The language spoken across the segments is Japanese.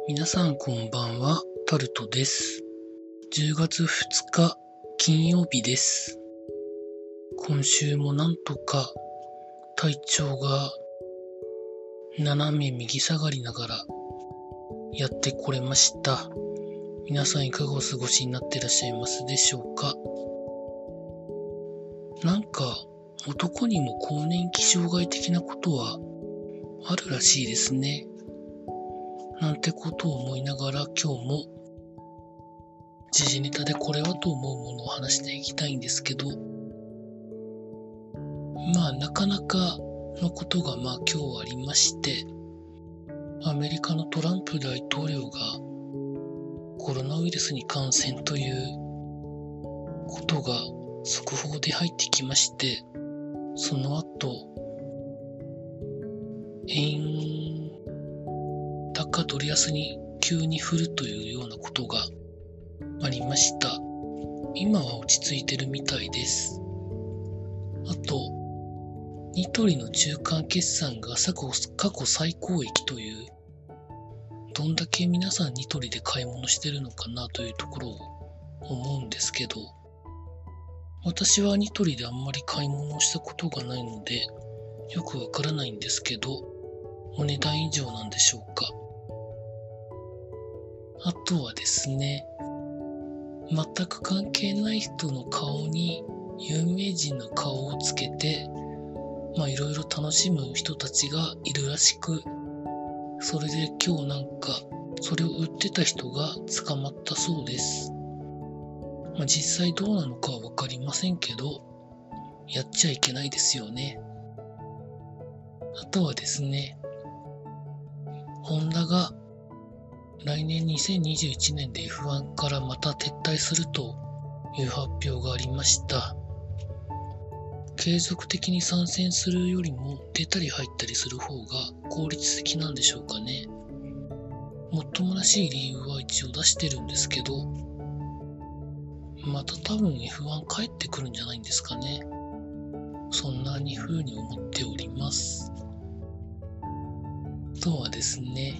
皆さんこんばんは、タルトです。10月2日金曜日です。今週もなんとか体調が斜め右下がりながらやってこれました。皆さんいかがお過ごしになっていらっしゃいますでしょうか。なんか男にも更年期障害的なことはあるらしいですね。なんてことを思いながら今日も時事ネタでこれはと思うものを話していきたいんですけど、なかなかのことが今日ありまして、アメリカのトランプ大統領がコロナウイルスに感染ということが速報で入ってきまして、その後円高ドル安に急に振るというようなことがありました。今は落ち着いてるみたいです。あと、ニトリの中間決算が過去最高益という、どんだけ皆さんニトリで買い物してるのかなというところを思うんですけど、私はニトリであんまり買い物をしたことがないので、よくわからないんですけど、お値段以上なんでしょうか。あとはですね、全く関係ない人の顔に有名人の顔をつけて、いろいろ楽しむ人たちがいるらしく、それで今日それを売ってた人が捕まったそうです。実際どうなのかはわかりませんけど、やっちゃいけないですよね。あとはですね、ホンダが来年2021年で F1 からまた撤退するという発表がありました。継続的に参戦するよりも出たり入ったりする方が効率的なんでしょうかね。もっともらしい理由は一応出してるんですけど、また多分 F1 帰ってくるんじゃないんですかね。そんな風に思っております。あとはですね、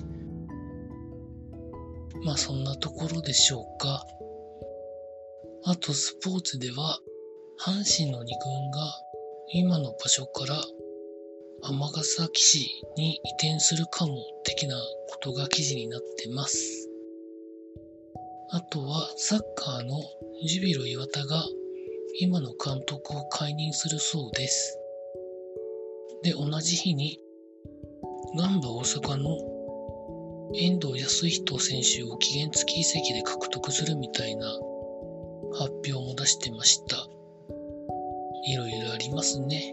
そんなところでしょうか。あとスポーツでは、阪神の2軍が今の場所から尼崎市に移転するかも的なことが記事になってます。あとはサッカーのジュビロ磐田が今の監督を解任するそうです。で、同じ日にガンバ大阪の遠藤康人選手を期限付き移籍で獲得するみたいな発表も出してました。いろいろありますね。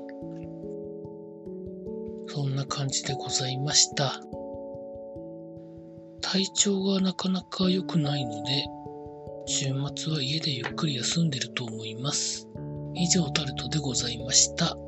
そんな感じでございました。体調がなかなか良くないので、週末は家でゆっくり休んでると思います。以上タルトでございました。